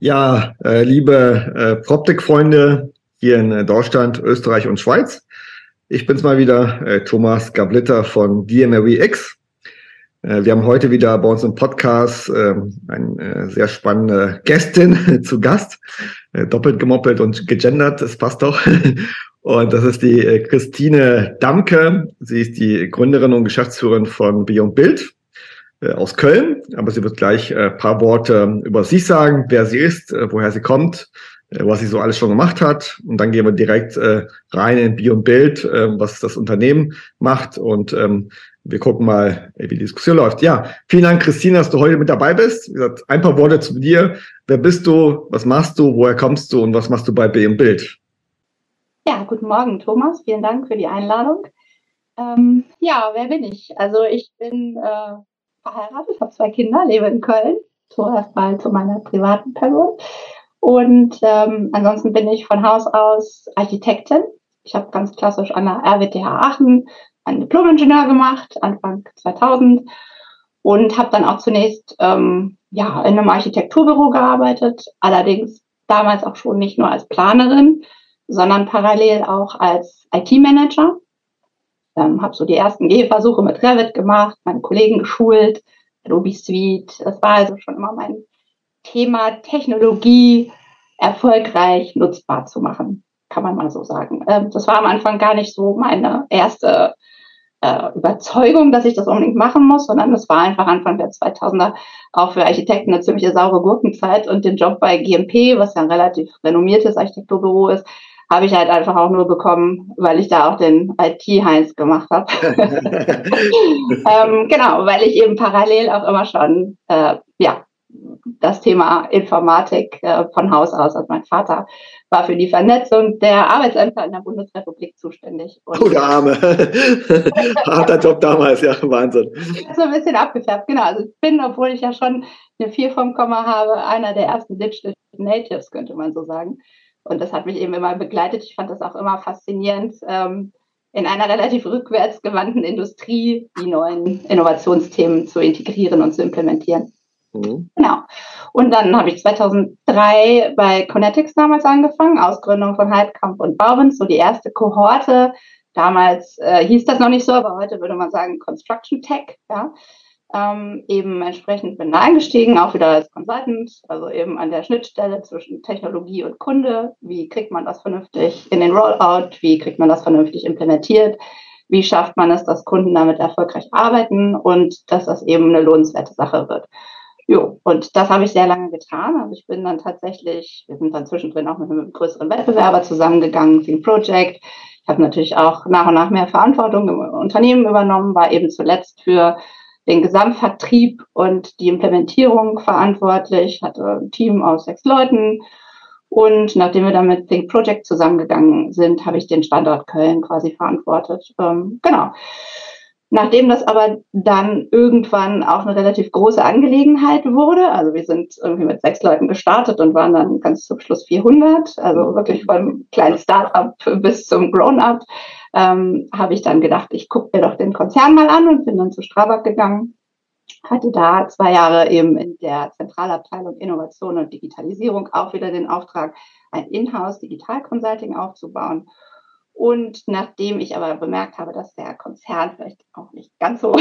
Ja, liebe PropTech-Freunde hier in Deutschland, Österreich und Schweiz. Ich bin's mal wieder, Thomas Gablitter von DMRWX. Wir haben heute wieder bei uns im Podcast eine sehr spannende Gästin zu Gast. Doppelt gemoppelt und gegendert, das passt doch. Und das ist die Christine Damke. Sie ist die Gründerin und Geschäftsführerin von Beyond Build aus Köln, aber sie wird gleich ein paar Worte über sich sagen, wer sie ist, woher sie kommt, was sie so alles schon gemacht hat. Und dann gehen wir direkt rein in Beyond Build, was das Unternehmen macht, und wir gucken mal, wie die Diskussion läuft. Ja, vielen Dank, Christine, dass du heute mit dabei bist. Wie gesagt, ein paar Worte zu dir. Wer bist du, was machst du, woher kommst du und was machst du bei Beyond Build? Ja, guten Morgen, Thomas. Vielen Dank für die Einladung. Ja, wer bin ich? Also ich bin verheiratet, habe 2 Kinder, lebe in Köln. So erstmal zu meiner privaten Person. Und ansonsten bin ich von Haus aus Architektin. Ich habe ganz klassisch an der RWTH Aachen einen Diplom-Ingenieur gemacht, Anfang 2000. Und habe dann auch zunächst in einem Architekturbüro gearbeitet. Allerdings damals auch schon nicht nur als Planerin, sondern parallel auch als IT-Manager. Habe so die ersten Gehversuche mit Revit gemacht, meine Kollegen geschult, Adobe Suite. Das war also schon immer mein Thema, Technologie erfolgreich nutzbar zu machen, kann man mal so sagen. Das war am Anfang gar nicht so meine erste Überzeugung, dass ich das unbedingt machen muss, sondern das war einfach Anfang der 2000er auch für Architekten eine ziemliche saure Gurkenzeit, und den Job bei GMP, was ja ein relativ renommiertes Architekturbüro ist, habe ich halt einfach auch nur bekommen, weil ich da auch den IT-Heinz gemacht habe. Genau, weil ich eben parallel auch immer schon das Thema Informatik von Haus aus, also mein Vater war für die Vernetzung der Arbeitsämter in der Bundesrepublik zuständig. Und der Arme. Harter Job damals, ja, Wahnsinn. So ein bisschen abgefärbt, genau. Also ich bin, obwohl ich ja schon eine 4 vom Komma habe, einer der ersten Digital Natives, könnte man so sagen. Und das hat mich eben immer begleitet. Ich fand das auch immer faszinierend, in einer relativ rückwärtsgewandten Industrie die neuen Innovationsthemen zu integrieren und zu implementieren. Mhm. Genau. Und dann habe ich 2003 bei Conetix damals angefangen, Ausgründung von Heidkamp und Bauwens, so die erste Kohorte. Damals hieß das noch nicht so, aber heute würde man sagen Construction Tech, ja. Eben entsprechend bin da eingestiegen, auch wieder als Consultant, also eben an der Schnittstelle zwischen Technologie und Kunde. Wie kriegt man das vernünftig in den Rollout? Wie kriegt man das vernünftig implementiert? Wie schafft man es, dass Kunden damit erfolgreich arbeiten und dass das eben eine lohnenswerte Sache wird? Jo, und das habe ich sehr lange getan. Also ich bin dann tatsächlich, wir sind dann zwischendrin auch mit einem größeren Wettbewerber zusammengegangen, Think Project. Ich habe natürlich auch nach und nach mehr Verantwortung im Unternehmen übernommen, war eben zuletzt für den Gesamtvertrieb und die Implementierung verantwortlich, hatte ein Team aus 6 Leuten. Und nachdem wir dann mit Think Project zusammengegangen sind, habe ich den Standort Köln quasi verantwortet. Genau. Nachdem das aber dann irgendwann auch eine relativ große Angelegenheit wurde, also wir sind irgendwie mit 6 Leuten gestartet und waren dann ganz zum Schluss 400, also wirklich vom kleinen Start-up bis zum Grown-up, habe ich dann gedacht, ich gucke mir doch den Konzern mal an und bin dann zu Strabag gegangen. Hatte da 2 Jahre eben in der Zentralabteilung Innovation und Digitalisierung auch wieder den Auftrag, ein Inhouse Digital Consulting aufzubauen. Und nachdem ich aber bemerkt habe, dass der Konzern vielleicht auch nicht ganz so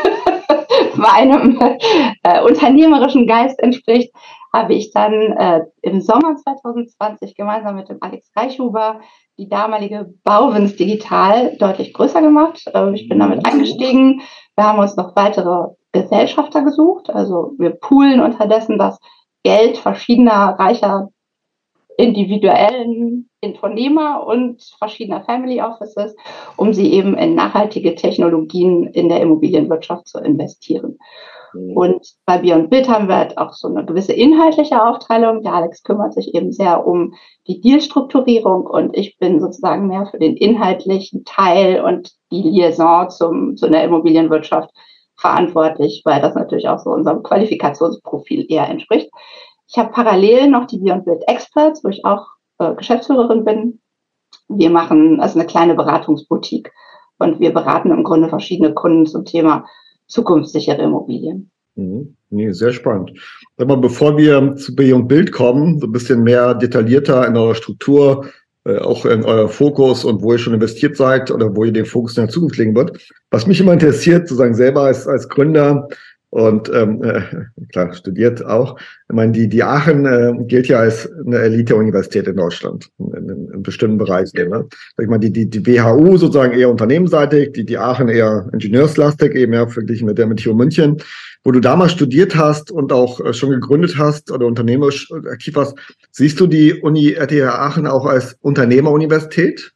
meinem unternehmerischen Geist entspricht, habe ich dann im Sommer 2020 gemeinsam mit dem Alex Reichhuber die damalige Bauwens Digital deutlich größer gemacht. Ich bin damit eingestiegen. Wir haben uns noch weitere Gesellschafter gesucht. Also wir poolen unterdessen das Geld verschiedener reicher individuellen Unternehmer und verschiedener Family Offices, um sie eben in nachhaltige Technologien in der Immobilienwirtschaft zu investieren. Mhm. Und bei Beyond Build haben wir halt auch so eine gewisse inhaltliche Aufteilung. Der Alex kümmert sich eben sehr um die Dealstrukturierung und ich bin sozusagen mehr für den inhaltlichen Teil und die Liaison zu der Immobilienwirtschaft verantwortlich, weil das natürlich auch so unserem Qualifikationsprofil eher entspricht. Ich habe parallel noch die Beyond Build Experts, wo ich auch Geschäftsführerin bin. Wir machen also eine kleine Beratungsboutique und wir beraten im Grunde verschiedene Kunden zum Thema zukunftssichere Immobilien. Nee, sehr spannend. Sag mal, bevor wir zu Beyond Build kommen, so ein bisschen mehr detaillierter in eurer Struktur, auch in euer Fokus und wo ihr schon investiert seid oder wo ihr den Fokus in der Zukunft legen wird. Was mich immer interessiert, sozusagen selber als Gründer und klar, studiert auch. Ich meine, die Aachen gilt ja als eine Elite-Universität in Deutschland, in bestimmten Bereichen. Ne? Sag ich mal, die WHU sozusagen eher unternehmensseitig, die Aachen eher ingenieurslastig, eben ja, verglichen mit der TU München. Wo du damals studiert hast und auch schon gegründet hast oder unternehmerisch aktiv warst, siehst du die Uni RWTH Aachen auch als Unternehmeruniversität?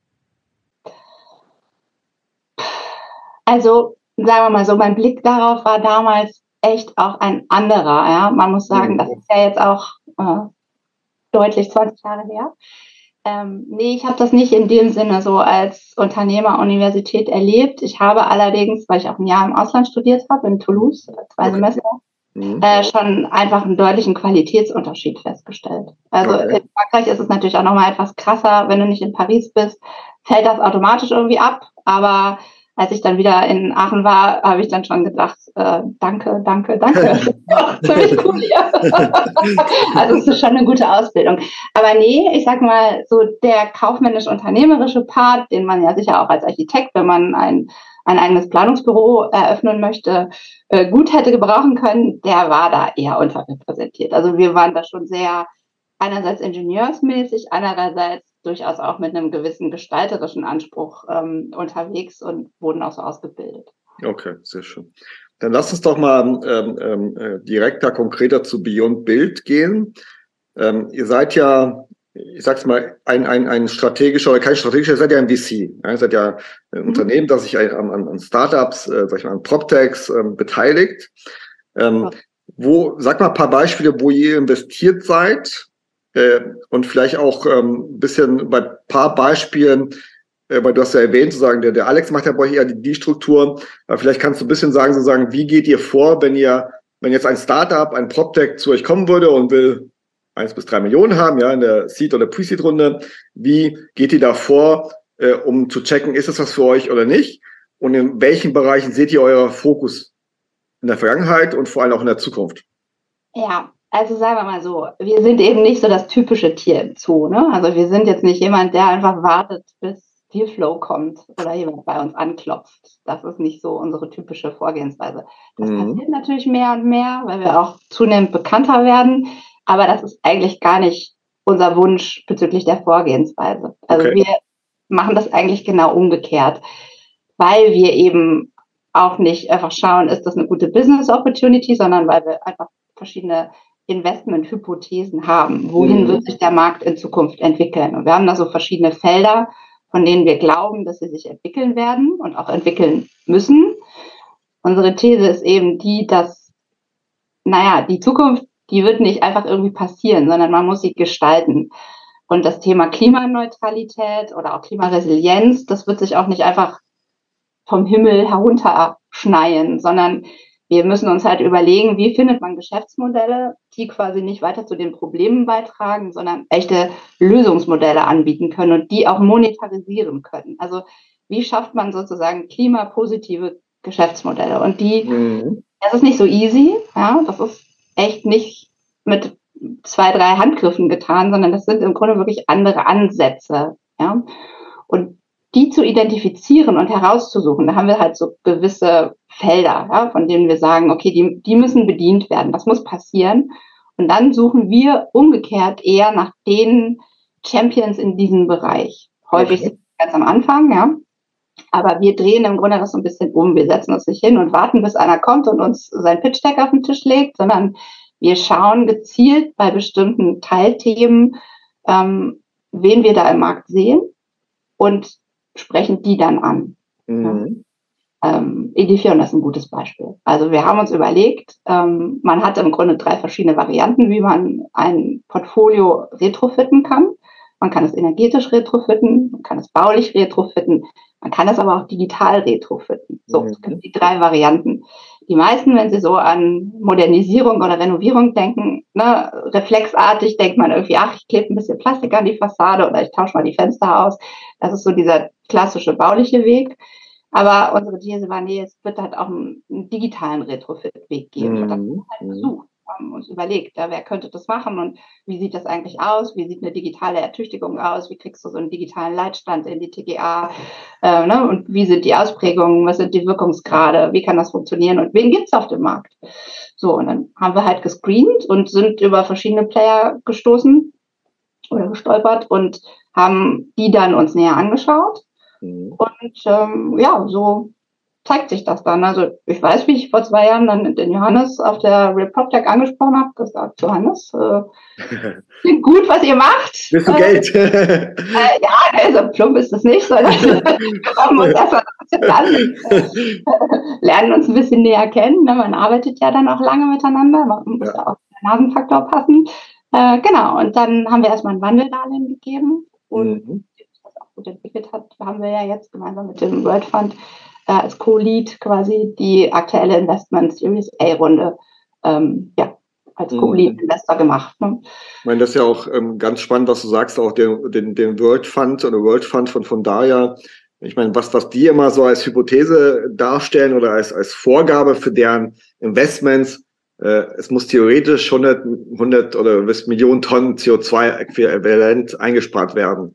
Also sagen wir mal so, mein Blick darauf war damals echt auch ein anderer. Ja? Man muss sagen, das ist ja jetzt auch deutlich 20 Jahre her. Nee, ich habe das nicht in dem Sinne so als Unternehmeruniversität erlebt. Ich habe allerdings, weil ich auch ein Jahr im Ausland studiert habe, in Toulouse, 2 Semester, schon einfach einen deutlichen Qualitätsunterschied festgestellt. Also in Frankreich ist es natürlich auch nochmal etwas krasser. Wenn du nicht in Paris bist, fällt das automatisch irgendwie ab. Aber als ich dann wieder in Aachen war, habe ich dann schon gedacht, danke. Ziemlich cool hier. Also es ist schon eine gute Ausbildung. Aber nee, ich sag mal, so der kaufmännisch-unternehmerische Part, den man ja sicher auch als Architekt, wenn man ein eigenes Planungsbüro eröffnen möchte, gut hätte gebrauchen können, der war da eher unterrepräsentiert. Also wir waren da schon sehr einerseits ingenieursmäßig, andererseits durchaus auch mit einem gewissen gestalterischen Anspruch unterwegs und wurden auch so ausgebildet. Okay, sehr schön. Dann lass uns doch mal direkter, konkreter zu Beyond Build gehen. Ihr seid ja, ich sag's mal, ein strategischer oder kein strategischer, ihr seid ja ein VC. Ihr seid ja ein Unternehmen, das sich an Startups, sag ich mal, an PropTechs beteiligt. Sag mal ein paar Beispiele, wo ihr investiert seid. Und vielleicht auch ein bisschen bei ein paar Beispielen, weil du hast ja erwähnt, sozusagen, der Alex macht ja bei euch eher die Struktur, aber vielleicht kannst du ein bisschen sagen, sozusagen, wie geht ihr vor, wenn jetzt ein Startup, ein PropTech zu euch kommen würde und will 1 bis 3 Millionen haben, ja, in der Seed- oder Pre-Seed-Runde, wie geht ihr da vor, um zu checken, ist das was für euch oder nicht? Und in welchen Bereichen seht ihr euer Fokus in der Vergangenheit und vor allem auch in der Zukunft? Ja. Also sagen wir mal so, wir sind eben nicht so das typische Tier im Zoo. Ne? Also wir sind jetzt nicht jemand, der einfach wartet, bis Dealflow kommt oder jemand bei uns anklopft. Das ist nicht so unsere typische Vorgehensweise. Das passiert natürlich mehr und mehr, weil wir auch zunehmend bekannter werden. Aber das ist eigentlich gar nicht unser Wunsch bezüglich der Vorgehensweise. Also wir machen das eigentlich genau umgekehrt, weil wir eben auch nicht einfach schauen, ist das eine gute Business Opportunity, sondern weil wir einfach verschiedene Investmenthypothesen haben. Wohin wird sich der Markt in Zukunft entwickeln? Und wir haben da so verschiedene Felder, von denen wir glauben, dass sie sich entwickeln werden und auch entwickeln müssen. Unsere These ist eben die, dass, die Zukunft, die wird nicht einfach irgendwie passieren, sondern man muss sie gestalten. Und das Thema Klimaneutralität oder auch Klimaresilienz, das wird sich auch nicht einfach vom Himmel herunterschneien, sondern wir müssen uns halt überlegen, wie findet man Geschäftsmodelle, die quasi nicht weiter zu den Problemen beitragen, sondern echte Lösungsmodelle anbieten können und die auch monetarisieren können. Also wie schafft man sozusagen klimapositive Geschäftsmodelle? Und das ist nicht so easy, ja, das ist echt nicht mit 2, 3 Handgriffen getan, sondern das sind im Grunde wirklich andere Ansätze, ja. Und die zu identifizieren und herauszusuchen, da haben wir halt so gewisse Felder, ja, von denen wir sagen, okay, die müssen bedient werden, das muss passieren. Und dann suchen wir umgekehrt eher nach den Champions in diesem Bereich. Häufig ganz am Anfang, ja. Aber wir drehen im Grunde das so ein bisschen um. Wir setzen uns nicht hin und warten, bis einer kommt und uns sein Pitch-Deck auf den Tisch legt, sondern wir schauen gezielt bei bestimmten Teilthemen, wen wir da im Markt sehen und sprechen die dann an. Edifion ist ein gutes Beispiel. Also wir haben uns überlegt, man hat im Grunde 3 verschiedene Varianten, wie man ein Portfolio retrofitten kann. Man kann es energetisch retrofitten, man kann es baulich retrofitten, man kann es aber auch digital retrofitten. So, es gibt die 3 Varianten. Die meisten, wenn sie so an Modernisierung oder Renovierung denken, ne, reflexartig denkt man irgendwie, ach, ich klebe ein bisschen Plastik an die Fassade oder ich tausche mal die Fenster aus. Das ist so dieser klassische bauliche Weg. Aber unsere These war, nee, es wird halt auch einen digitalen Retrofit-Weg geben. Und das haben wir halt versucht, haben uns überlegt, ja, wer könnte das machen und wie sieht das eigentlich aus? Wie sieht eine digitale Ertüchtigung aus? Wie kriegst du so einen digitalen Leitstand in die TGA? Ne? Und wie sind die Ausprägungen? Was sind die Wirkungsgrade? Wie kann das funktionieren? Und wen gibt's auf dem Markt? So, und dann haben wir halt gescreent und sind über verschiedene Player gestoßen oder gestolpert und haben die dann uns näher angeschaut. Und ja, so zeigt sich das dann. Also ich weiß, wie ich vor 2 Jahren dann den Johannes auf der Real PropTech angesprochen habe, gesagt, Johannes, klingt gut, was ihr macht. Willst du Geld? Ja, also plump ist das nicht, sondern wir uns erstmal lernen uns ein bisschen näher kennen. Ne? Man arbeitet ja dann auch lange miteinander, man muss ja auch den Nasenfaktor passen. Genau, und dann haben wir erstmal ein Wandeldarlehen gegeben und das auch gut entwickelt hat, haben wir ja jetzt gemeinsam mit dem World Fund als Co-Lead quasi die aktuelle Investment Series A-Runde als Co-Lead-Investor gemacht. Ne? Ich meine, das ist ja auch ganz spannend, was du sagst, auch den World Fund oder World Fund von Fondaya. Ich meine, was die immer so als Hypothese darstellen oder als Vorgabe für deren Investments, es muss theoretisch 100 oder bis Millionen Tonnen CO2-Äquivalent eingespart werden.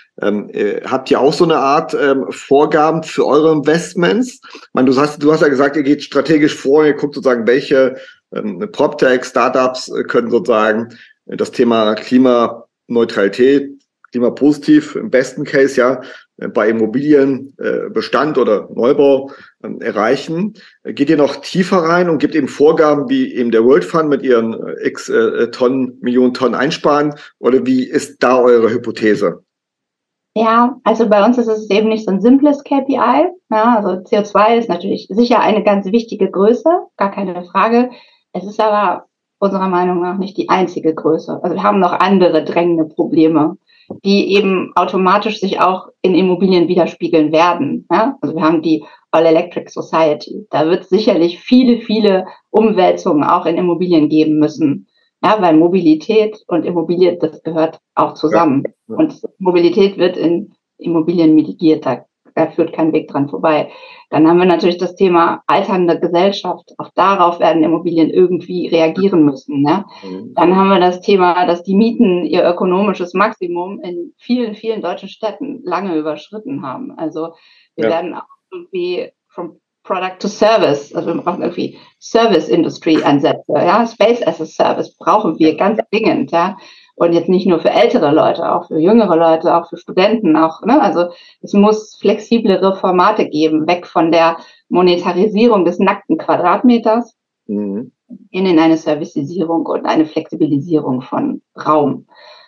Habt ihr auch so eine Art Vorgaben für eure Investments? Ich meine, du hast ja gesagt, ihr geht strategisch vor, ihr guckt sozusagen, welche PropTech, Startups können sozusagen das Thema Klimaneutralität, klimapositiv im besten Case ja bei Immobilienbestand oder Neubau erreichen. Geht ihr noch tiefer rein und gibt eben Vorgaben, wie eben der World Fund mit ihren x Millionen Tonnen einsparen? Oder wie ist da eure Hypothese? Ja, also bei uns ist es eben nicht so ein simples KPI. Ja, also CO2 ist natürlich sicher eine ganz wichtige Größe, gar keine Frage. Es ist aber unserer Meinung nach nicht die einzige Größe. Also wir haben noch andere drängende Probleme, die eben automatisch sich auch in Immobilien widerspiegeln werden. Ja? Also wir haben die All-Electric Society. Da wird es sicherlich viele Umwälzungen auch in Immobilien geben müssen. Ja, weil Mobilität und Immobilie, das gehört auch zusammen. Ja. Und Mobilität wird in Immobilien mitigiert, da führt kein Weg dran vorbei. Dann haben wir natürlich das Thema alternde Gesellschaft. Auch darauf werden Immobilien irgendwie reagieren müssen. Ne? Dann haben wir das Thema, dass die Mieten ihr ökonomisches Maximum in vielen deutschen Städten lange überschritten haben. Also wir werden auch irgendwie vom Product to Service, also wir brauchen irgendwie Service-Industry-Ansätze, ja, Space as a Service brauchen wir ganz dringend, ja, und jetzt nicht nur für ältere Leute, auch für jüngere Leute, auch für Studenten, auch, ne, also es muss flexiblere Formate geben, weg von der Monetarisierung des nackten Quadratmeters hin in eine Servicisierung und eine Flexibilisierung von Raum.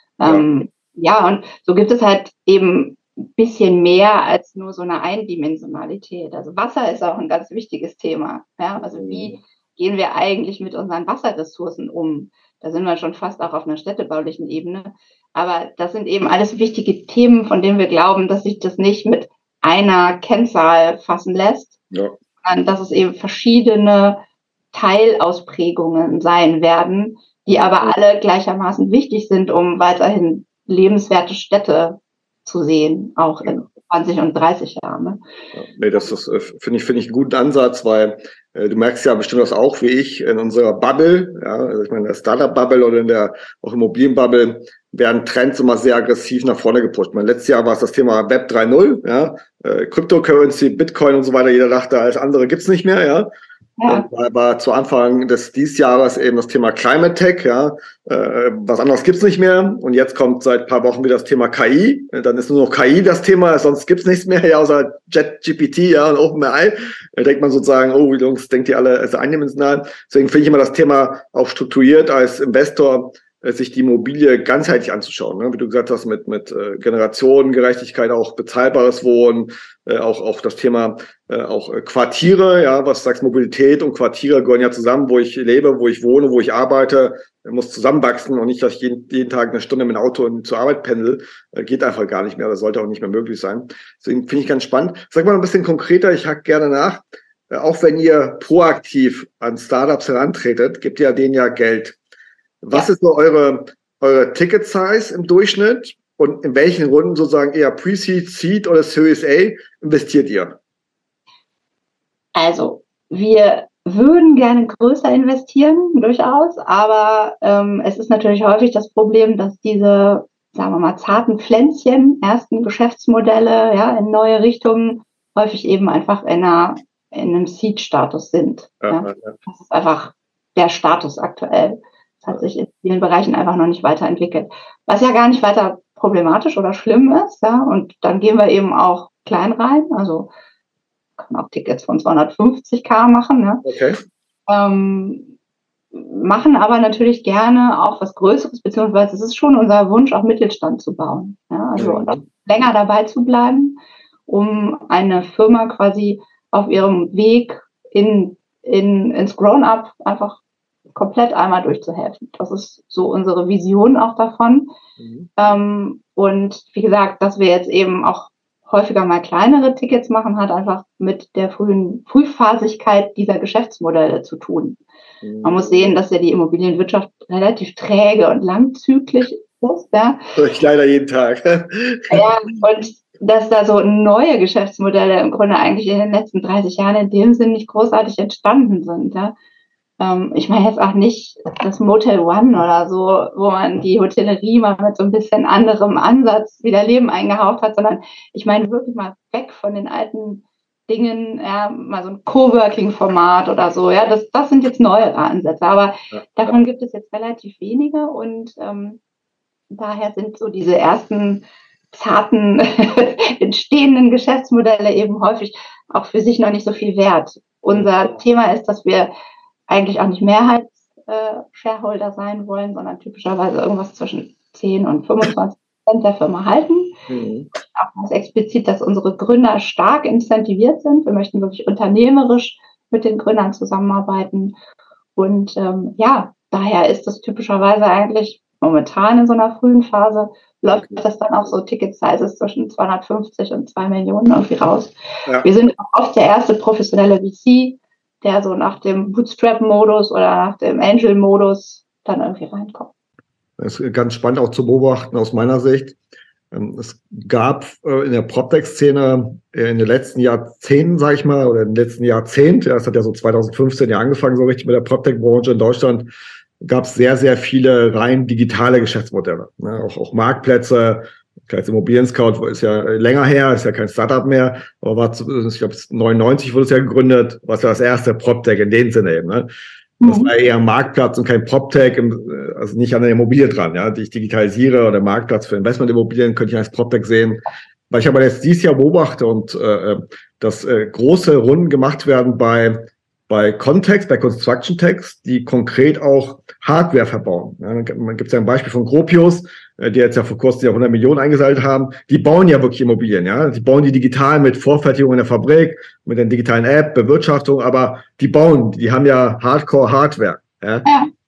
Ja, und so gibt es halt eben bisschen mehr als nur so eine Eindimensionalität. Also Wasser ist auch ein ganz wichtiges Thema. Ja? Also wie gehen wir eigentlich mit unseren Wasserressourcen um? Da sind wir schon fast auch auf einer städtebaulichen Ebene. Aber das sind eben alles wichtige Themen, von denen wir glauben, dass sich das nicht mit einer Kennzahl fassen lässt, sondern dass es eben verschiedene Teilausprägungen sein werden, die aber alle gleichermaßen wichtig sind, um weiterhin lebenswerte Städte zu sehen, auch in 20 und 30 Jahren. Ne? Ja, nee, das finde ich einen guten Ansatz, weil du merkst ja bestimmt das auch wie ich in unserer Bubble, ja, also ich meine in der Startup-Bubble oder in der auch Immobilien-Bubble werden Trends immer sehr aggressiv nach vorne gepusht. Letztes Jahr war es das Thema Web 3.0, ja, Cryptocurrency, Bitcoin und so weiter. Jeder dachte, alles andere gibt's nicht mehr, ja. Ja. War zu Anfang dieses Jahres eben das Thema Climate Tech, ja. Was anderes gibt's nicht mehr. Und jetzt kommt seit ein paar Wochen wieder das Thema KI. Dann ist nur noch KI das Thema, sonst gibt's nichts mehr, ja, außer JetGPT, ja, und OpenAI. Da denkt man sozusagen, oh, Jungs, denkt ihr alle, also eindimensional. Deswegen finde ich immer das Thema auch strukturiert als Investor, sich die Immobilie ganzheitlich anzuschauen, ne? Wie du gesagt hast, mit Generationengerechtigkeit, auch bezahlbares Wohnen, auch das Thema auch Quartiere, ja, was du sagst, Mobilität und Quartiere gehören ja zusammen, wo ich lebe, wo ich wohne, wo ich arbeite, muss zusammenwachsen und nicht, dass ich jeden Tag eine Stunde mit dem Auto zur Arbeit pendel, geht einfach gar nicht mehr, das sollte auch nicht mehr möglich sein. Deswegen finde ich ganz spannend. Sag mal ein bisschen konkreter, ich hack gerne nach, auch wenn ihr proaktiv an Startups herantretet, gebt ihr denen ja Geld. Was ist so eure Ticket-Size im Durchschnitt und in welchen Runden sozusagen eher Pre-Seed, Seed oder Series A investiert ihr? Also, wir würden gerne größer investieren, durchaus, aber es ist natürlich häufig das Problem, dass diese, sagen wir mal, zarten Pflänzchen, ersten Geschäftsmodelle, ja, in neue Richtungen häufig eben einfach in einem Seed-Status sind. Ja. Das ist einfach der Status aktuell. Das hat sich in vielen Bereichen einfach noch nicht weiterentwickelt. Was ja gar nicht weiter problematisch oder schlimm ist, ja, und dann gehen wir eben auch klein rein, also kann auch Tickets von 250.000 machen, ne? Okay. Machen aber natürlich gerne auch was Größeres, beziehungsweise es ist schon unser Wunsch, auch Mittelstand zu bauen. Ja? Also länger dabei zu bleiben, um eine Firma quasi auf ihrem Weg ins Grown-up einfach komplett einmal durchzuhelfen. Das ist so unsere Vision auch davon. Und wie gesagt, dass wir jetzt eben auch häufiger mal kleinere Tickets machen, hat einfach mit der Frühphasigkeit dieser Geschäftsmodelle zu tun. Man muss sehen, dass ja die Immobilienwirtschaft relativ träge und langzyklisch ist. Ja. Höre ich leider jeden Tag. Ja, und dass da so neue Geschäftsmodelle im Grunde eigentlich in den letzten 30 Jahren in dem Sinn nicht großartig entstanden sind. Ja. Ich meine jetzt auch nicht das Motel One oder so, wo man die Hotellerie mal mit so ein bisschen anderem Ansatz wieder Leben eingehaucht hat, sondern ich meine wirklich mal weg von den alten Dingen, ja, mal so ein Coworking-Format oder so, ja, das sind jetzt neuere Ansätze, aber davon gibt es jetzt relativ wenige und daher sind so diese ersten zarten entstehenden Geschäftsmodelle eben häufig auch für sich noch nicht so viel wert. Unser Thema ist, dass wir eigentlich auch nicht Mehrheits-Shareholder sein wollen, sondern typischerweise irgendwas zwischen 10 und 25% der Firma halten. Auch ganz explizit, dass unsere Gründer stark incentiviert sind. Wir möchten wirklich unternehmerisch mit den Gründern zusammenarbeiten. Und daher ist das typischerweise eigentlich momentan in so einer frühen Phase, läuft das dann auch so Ticket-Sizes zwischen 250 und 2 Millionen irgendwie raus. Ja. Wir sind auch oft der erste professionelle VC, der so nach dem Bootstrap-Modus oder nach dem Angel-Modus dann irgendwie reinkommt. Das ist ganz spannend auch zu beobachten aus meiner Sicht. Es gab in der PropTech-Szene in den letzten Jahrzehnten, sage ich mal, oder im letzten Jahrzehnt, das hat ja so 2015 ja angefangen, so richtig mit der PropTech-Branche in Deutschland, gab es sehr, sehr viele rein digitale Geschäftsmodelle. Ne? Auch Marktplätze. Als Immobilien-Scout ist ja länger her, ist ja kein Startup mehr, aber war, ich glaube, 99 wurde es ja gegründet, war ja das erste PropTech in dem Sinne eben. Ne? Das war eher ein Marktplatz und kein PropTech, also nicht an der Immobilie dran, ja, die ich digitalisiere oder Marktplatz für Investmentimmobilien könnte ich als PropTech sehen. Weil ich aber jetzt dieses Jahr beobachte und dass große Runden gemacht werden bei Context, bei Construction Techs, die konkret auch Hardware verbauen. Ja, man gibt ja ein Beispiel von Gropius, die jetzt ja vor kurzem ja 100 Millionen eingesammelt haben. Die bauen ja wirklich Immobilien, ja. Die bauen die digital mit Vorfertigung in der Fabrik, mit der digitalen App, Bewirtschaftung, aber die haben ja Hardcore-Hardware. Ja.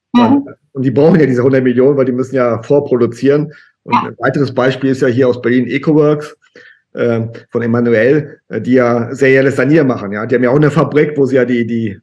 Und die brauchen ja diese 100 Millionen, weil die müssen ja vorproduzieren. Und ein weiteres Beispiel ist ja hier aus Berlin EcoWorks, von Emanuel, die ja serielles Sanieren machen. Ja, die haben ja auch eine Fabrik, wo sie ja die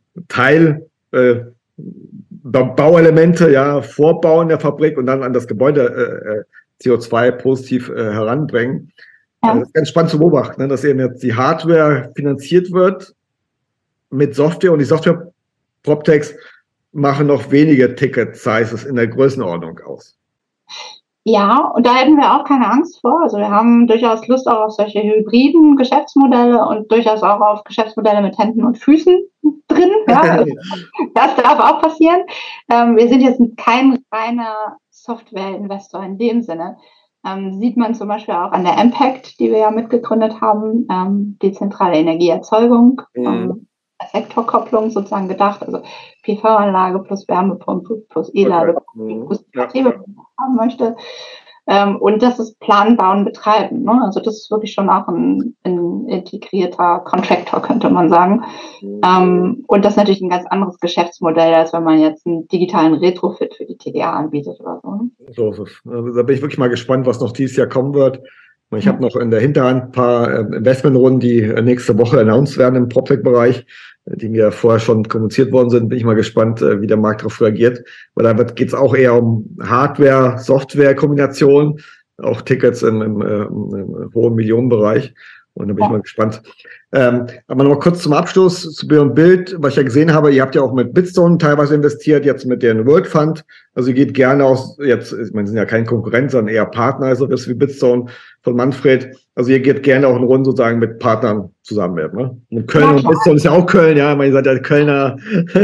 Bauelemente ja vorbauen in der Fabrik und dann an das Gebäude CO2 positiv heranbringen. Das ist ganz spannend zu beobachten, ne, dass eben jetzt die Hardware finanziert wird mit Software und die Software-PropTechs machen noch wenige Ticket-Sizes in der Größenordnung aus. Ja, und da hätten wir auch keine Angst vor. Also wir haben durchaus Lust auch auf solche hybriden Geschäftsmodelle und durchaus auch auf Geschäftsmodelle mit Händen und Füßen drin. Ja. Das darf auch passieren. Wir sind jetzt kein reiner Software-Investor in dem Sinne. Sieht man zum Beispiel auch an der Impact, die wir ja mitgegründet haben, dezentrale Energieerzeugung, Sektorkopplung sozusagen gedacht, also PV-Anlage plus Wärmepumpe plus E-Ladepumpe plus Betriebe haben möchte. Und das ist Planen, Bauen, Betreiben. Ne? Also das ist wirklich schon auch ein integrierter Contractor, könnte man sagen. Und das ist natürlich ein ganz anderes Geschäftsmodell, als wenn man jetzt einen digitalen Retrofit für die TGA anbietet oder so. Ne? So ist es. Also da bin ich wirklich mal gespannt, was noch dieses Jahr kommen wird. Ich habe noch in der Hinterhand ein paar Investmentrunden, die nächste Woche announced werden im PropTech-Bereich, die mir vorher schon kommuniziert worden sind. Bin ich mal gespannt, wie der Markt darauf reagiert. Weil da geht es auch eher um Hardware-Software-Kombination, auch Tickets im hohen Millionenbereich. Und da bin ich mal gespannt. Aber noch kurz zum Abschluss zu Bild, was ich ja gesehen habe, ihr habt ja auch mit Bitstone teilweise investiert, jetzt mit dem World Fund. Also ihr geht gerne aus, jetzt, ich meine, sind ja kein Konkurrent, sondern eher Partner, also das wie Bitstone von Manfred. Also ihr geht gerne auch in Runden sozusagen mit Partnern zusammen werden, ne? Und Köln und Bitstone ist ja auch Köln, ja, ich meine, ihr seid ja Kölner.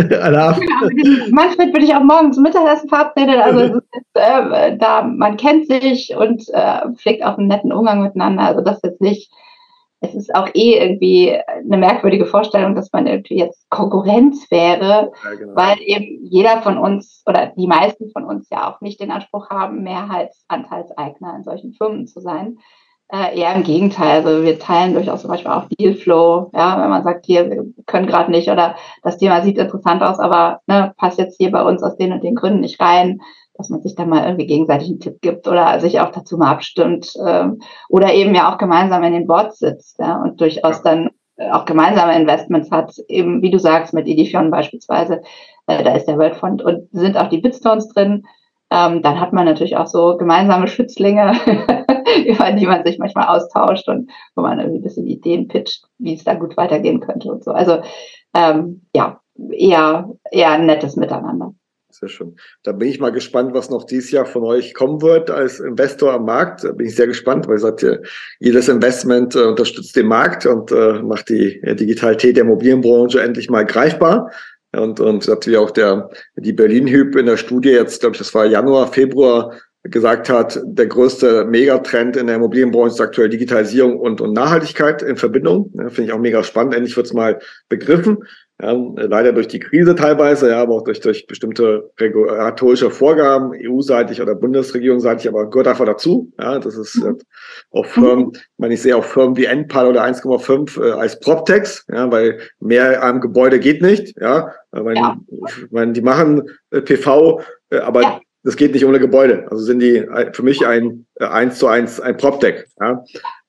Manfred bin ich auch morgen zum Mittagessen verabredet, also da man kennt sich und pflegt auch einen netten Umgang miteinander, also das jetzt nicht. Es ist auch irgendwie eine merkwürdige Vorstellung, dass man irgendwie jetzt Konkurrenz wäre, ja, genau. Weil eben jeder von uns oder die meisten von uns ja auch nicht den Anspruch haben, Mehrheitsanteilseigner in solchen Firmen zu sein. Eher im Gegenteil. Also wir teilen durchaus zum Beispiel auch Dealflow, ja, wenn man sagt, hier, wir können gerade nicht oder das Thema sieht interessant aus, aber ne, passt jetzt hier bei uns aus den und den Gründen nicht rein, dass man sich dann mal irgendwie gegenseitig einen Tipp gibt oder sich auch dazu mal abstimmt oder eben ja auch gemeinsam in den Boards sitzt, ja, und durchaus dann auch gemeinsame Investments hat, eben wie du sagst, mit Edifion beispielsweise, da ist der World Fund und sind auch die Bitstones drin. Dann hat man natürlich auch so gemeinsame Schützlinge, über die man sich manchmal austauscht und wo man irgendwie ein bisschen Ideen pitcht, wie es da gut weitergehen könnte und so. Also ja, eher ein nettes Miteinander. Sehr schön. Da bin ich mal gespannt, was noch dieses Jahr von euch kommen wird als Investor am Markt. Da bin ich sehr gespannt, weil ihr sagt, jedes Investment unterstützt den Markt und macht die Digitalität der Immobilienbranche endlich mal greifbar. Und wie auch die Berlin-Hyp in der Studie jetzt, glaube ich, das war Januar, Februar, gesagt hat, der größte Megatrend in der Immobilienbranche ist aktuell Digitalisierung und Nachhaltigkeit in Verbindung. Ja, finde ich auch mega spannend. Endlich wird es mal begriffen. Ja, leider durch die Krise teilweise, ja, aber auch durch bestimmte regulatorische Vorgaben, EU-seitig oder Bundesregierungsseitig, aber gehört einfach dazu. Ja, das ist auch Firmen, ich sehe auch Firmen wie Enpal oder 1,5 als PropTechs, ja, weil mehr am Gebäude geht nicht. Ja, die machen PV, aber das geht nicht ohne Gebäude. Also sind die für mich ein 1:1 ein PropTech. Ja.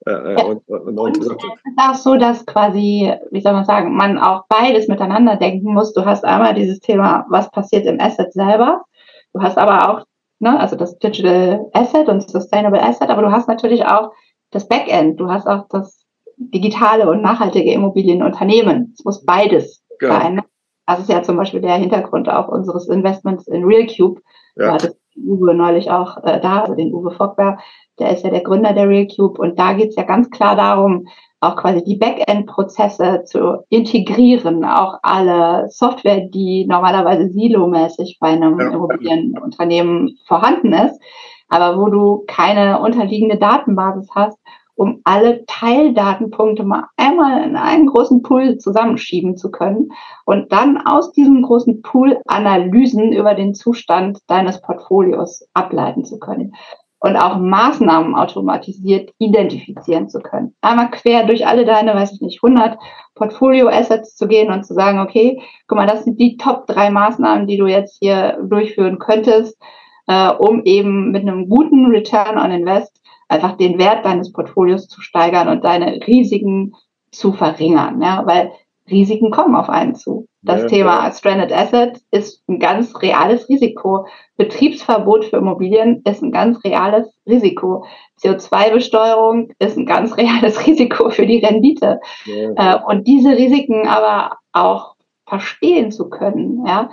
Und es ist auch so, dass quasi, wie soll man sagen, man auch beides miteinander denken muss. Du hast einmal dieses Thema, was passiert im Asset selber. Du hast aber auch, ne, also das Digital Asset und Sustainable Asset, aber du hast natürlich auch das Backend. Du hast auch das digitale und nachhaltige Immobilienunternehmen. Es muss beides sein. Das ist ja zum Beispiel der Hintergrund auch unseres Investments in RealCube. Ja. Das Uwe neulich auch also den Uwe Vogtberg, der ist ja der Gründer der RealCube und da geht es ja ganz klar darum, auch quasi die Backend-Prozesse zu integrieren, auch alle Software, die normalerweise silomäßig bei einem Immobilienunternehmen vorhanden ist, aber wo du keine unterliegende Datenbasis hast, um alle Teildatenpunkte mal einmal in einen großen Pool zusammenschieben zu können und dann aus diesem großen Pool Analysen über den Zustand deines Portfolios ableiten zu können und auch Maßnahmen automatisiert identifizieren zu können. Einmal quer durch alle deine, 100 Portfolio-Assets zu gehen und zu sagen, okay, guck mal, das sind die Top 3 Maßnahmen, die du jetzt hier durchführen könntest, um eben mit einem guten Return on Invest einfach den Wert deines Portfolios zu steigern und deine Risiken zu verringern, ja, weil Risiken kommen auf einen zu. Das Thema Stranded Asset ist ein ganz reales Risiko. Betriebsverbot für Immobilien ist ein ganz reales Risiko. CO2-Besteuerung ist ein ganz reales Risiko für die Rendite. Und diese Risiken aber auch verstehen zu können, ja,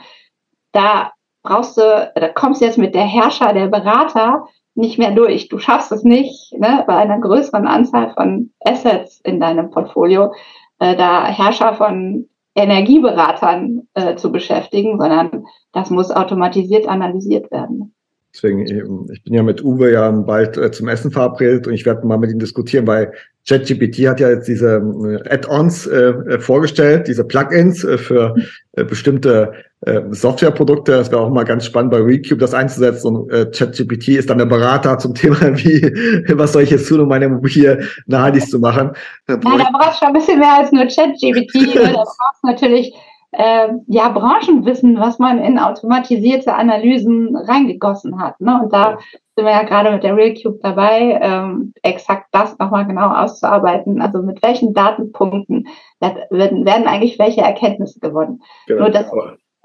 da kommst du jetzt mit der Herrscher, der Berater nicht mehr durch. Du schaffst es nicht, ne, bei einer größeren Anzahl von Assets in deinem Portfolio, da Herrscher von Energieberatern zu beschäftigen, sondern das muss automatisiert analysiert werden. Deswegen, ich bin ja mit Uwe ja bald zum Essen verabredet und ich werde mal mit ihm diskutieren, weil ChatGPT hat ja jetzt diese Add-ons vorgestellt, diese Plugins für bestimmte Softwareprodukte. Das wäre auch mal ganz spannend bei RealCube das einzusetzen und ChatGPT ist dann der Berater zum Thema, was soll ich jetzt tun, um meine Immobilie nachhaltig zu machen. Da brauchst du schon ein bisschen mehr als nur ChatGPT. Da brauchst du natürlich Branchenwissen, was man in automatisierte Analysen reingegossen hat. Ne? Und da sind wir ja gerade mit der RealCube dabei, exakt das nochmal genau auszuarbeiten. Also mit welchen Datenpunkten werden eigentlich welche Erkenntnisse gewonnen. Genau. Nur das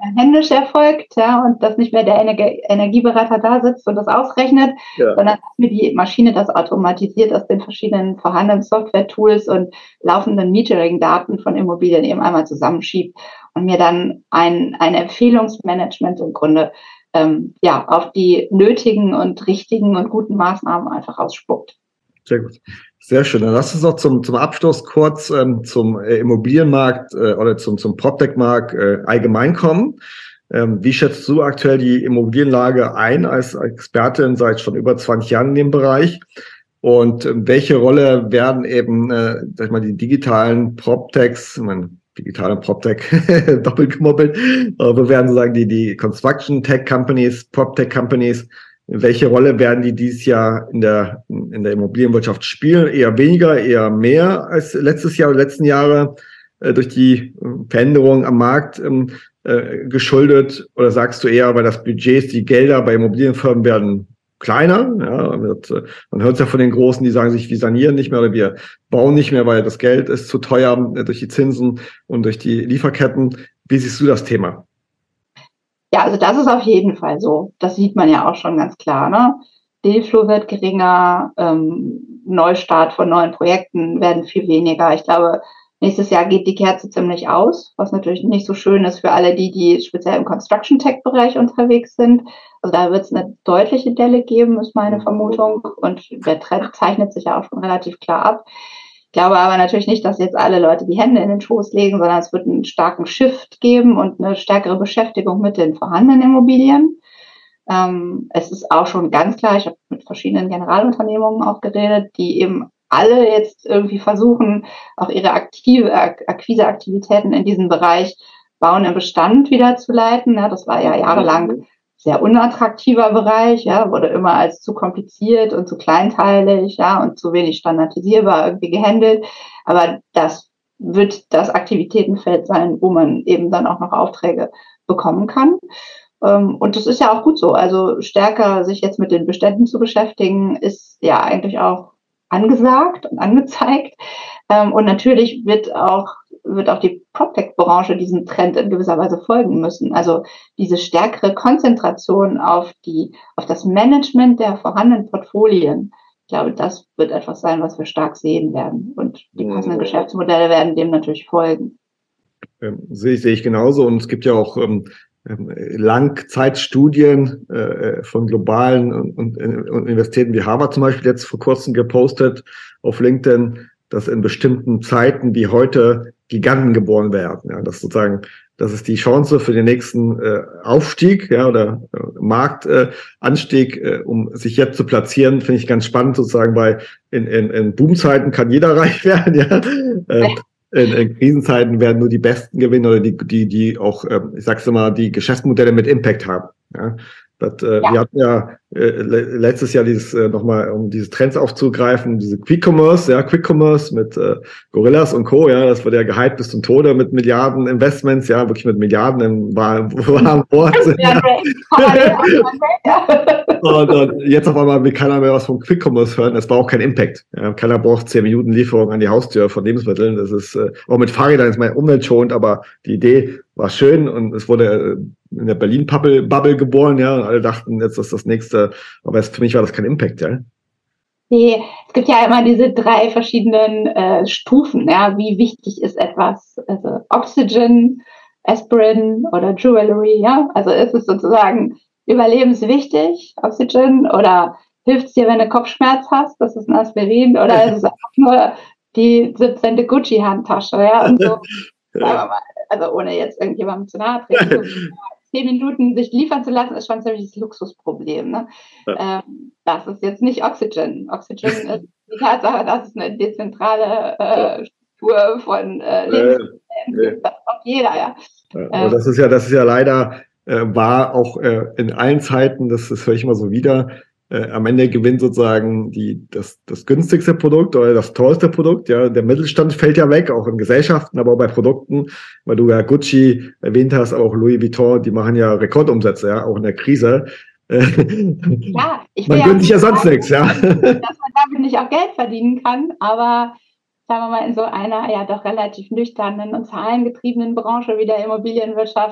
händisch erfolgt, ja, und dass nicht mehr der Energieberater da sitzt und das ausrechnet, sondern dass mir die Maschine das automatisiert aus den verschiedenen vorhandenen Software-Tools und laufenden Metering-Daten von Immobilien eben einmal zusammenschiebt und mir dann ein Empfehlungsmanagement im Grunde auf die nötigen und richtigen und guten Maßnahmen einfach ausspuckt. Sehr gut. Sehr schön. Dann lass uns noch zum Abschluss kurz zum Immobilienmarkt oder zum PropTech-Markt allgemein kommen. Wie schätzt du aktuell die Immobilienlage ein als Expertin seit schon über 20 Jahren in dem Bereich? Und welche Rolle werden eben, sag ich mal, die digitalen PropTechs, digitale PropTech doppelt gemoppelt, aber werden sozusagen die Construction Tech Companies, PropTech Companies, welche Rolle werden die dieses Jahr in der Immobilienwirtschaft spielen? Eher weniger, eher mehr als letztes Jahr oder letzten Jahre durch die Veränderungen am Markt geschuldet? Oder sagst du eher, weil das Budgets, die Gelder bei Immobilienfirmen werden kleiner? Ja, man hört es ja von den Großen, die sagen sich, wir sanieren nicht mehr oder wir bauen nicht mehr, weil das Geld ist zu teuer durch die Zinsen und durch die Lieferketten. Wie siehst du das Thema? Ja, also das ist auf jeden Fall so. Das sieht man ja auch schon ganz klar. Ne? Dealflow wird geringer, Neustart von neuen Projekten werden viel weniger. Ich glaube, nächstes Jahr geht die Kerze ziemlich aus, was natürlich nicht so schön ist für alle die speziell im Construction-Tech-Bereich unterwegs sind. Also da wird es eine deutliche Delle geben, ist meine Vermutung. Und der Trend zeichnet sich ja auch schon relativ klar ab. Ich glaube aber natürlich nicht, dass jetzt alle Leute die Hände in den Schoß legen, sondern es wird einen starken Shift geben und eine stärkere Beschäftigung mit den vorhandenen Immobilien. Es ist auch schon ganz klar, ich habe mit verschiedenen Generalunternehmungen auch geredet, die eben alle jetzt irgendwie versuchen, auch ihre Akquiseaktivitäten in diesem Bereich Bauen im Bestand wieder zu leiten. Ja, das war ja jahrelang sehr unattraktiver Bereich, ja, wurde immer als zu kompliziert und zu kleinteilig, ja, und zu wenig standardisierbar irgendwie gehandelt. Aber das wird das Aktivitätenfeld sein, wo man eben dann auch noch Aufträge bekommen kann. Und das ist ja auch gut so. Also stärker sich jetzt mit den Beständen zu beschäftigen, ist ja eigentlich auch angesagt und angezeigt. Und natürlich wird auch die PropTech-Branche diesem Trend in gewisser Weise folgen müssen. Also diese stärkere Konzentration auf das Management der vorhandenen Portfolien. Ich glaube, das wird etwas sein, was wir stark sehen werden. Und die passenden Geschäftsmodelle werden dem natürlich folgen. Sehe ich genauso. Und es gibt ja auch Langzeitstudien von globalen und Universitäten wie Harvard zum Beispiel jetzt vor kurzem gepostet auf LinkedIn, dass in bestimmten Zeiten wie heute Giganten geboren werden. Ja, das ist die Chance für den nächsten Aufstieg, ja, oder Marktanstieg, um sich jetzt zu platzieren, finde ich ganz spannend sozusagen, weil in Boomzeiten kann jeder reich werden, ja. In Krisenzeiten werden nur die Besten gewinnen oder die auch, ich sag's immer, die Geschäftsmodelle mit Impact haben. Ja. Wir hatten ja letztes Jahr nochmal, um diese Trends aufzugreifen, diese Quick Commerce mit Gorillas und Co. Ja, das wurde ja gehypt bis zum Tode mit Milliarden Investments, ja, wirklich mit Milliarden im wahren Wort. Und jetzt auf einmal will keiner mehr was vom Quick Commerce hören. Es braucht keinen Impact. Ja, keiner braucht 10 Minuten Lieferung an die Haustür von Lebensmitteln. Das ist auch mit Fahrrädern ist mal umweltschonend, aber die Idee war schön und es wurde in der Berlin-Bubble geboren, ja, und alle dachten, jetzt ist das nächste, aber für mich war das kein Impact, ja. Nee, es gibt ja immer diese 3 verschiedenen Stufen, ja, wie wichtig ist etwas, also Oxygen, Aspirin oder Jewelry, ja, also ist es sozusagen überlebenswichtig, Oxygen, oder hilft es dir, wenn du Kopfschmerz hast, das ist ein Aspirin, oder ist es einfach nur die 17. Gucci-Handtasche, ja, und so, sagen wir mal, also ohne jetzt irgendjemandem zu nahe treten, 10 Minuten sich liefern zu lassen, ist schon ein ziemliches Luxusproblem. Ne? Ja. Das ist jetzt nicht Oxygen. Oxygen ist die Tatsache, dass es eine dezentrale Struktur von Lebensmitteln gibt. Das braucht jeder, ja. Aber das ist ja leider, war auch in allen Zeiten, das höre ich immer so wieder, am Ende gewinnt sozusagen das günstigste Produkt oder das tollste Produkt. Ja, der Mittelstand fällt ja weg, auch in Gesellschaften, aber auch bei Produkten, weil du ja Gucci erwähnt hast, auch Louis Vuitton, die machen ja Rekordumsätze, ja, auch in der Krise. Ja, man gönnt sich ja sonst nichts, ja. Dass man damit nicht auch Geld verdienen kann, aber sagen wir mal, in so einer ja doch relativ nüchternen und zahlengetriebenen Branche wie der Immobilienwirtschaft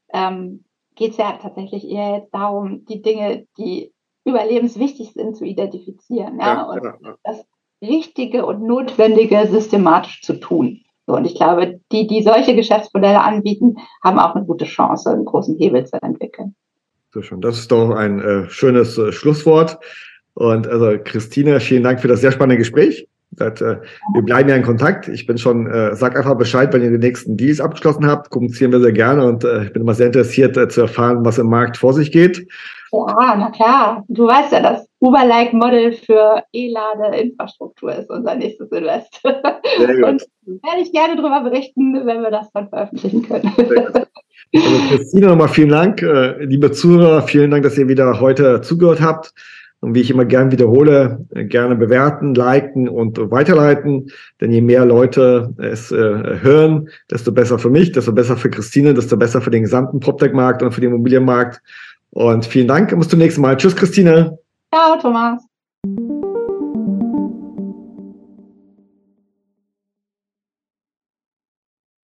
geht es ja tatsächlich eher jetzt darum, die Dinge, die überlebenswichtig sind, zu identifizieren, und das Richtige und Notwendige systematisch zu tun. So, und ich glaube, die solche Geschäftsmodelle anbieten, haben auch eine gute Chance, einen großen Hebel zu entwickeln. So schon. Das ist doch ein schönes Schlusswort. Und also Christine, vielen Dank für das sehr spannende Gespräch. Wir bleiben ja in Kontakt. Ich bin schon, sag einfach Bescheid, wenn ihr die nächsten Deals abgeschlossen habt. Kommunizieren wir sehr gerne und ich bin immer sehr interessiert zu erfahren, was im Markt vor sich geht. Ja, na klar. Du weißt ja, das Uber-like-Model für E-Lade-Infrastruktur ist unser nächstes Invest. Sehr gut. Und werde ich gerne darüber berichten, wenn wir das dann veröffentlichen können. Also Christine, nochmal vielen Dank. Liebe Zuhörer, vielen Dank, dass ihr wieder heute zugehört habt. Und wie ich immer gern wiederhole, gerne bewerten, liken und weiterleiten. Denn je mehr Leute es hören, desto besser für mich, desto besser für Christine, desto besser für den gesamten PropTech-Markt und für den Immobilienmarkt. Und vielen Dank und bis zum nächsten Mal. Tschüss, Christine. Ciao, Thomas.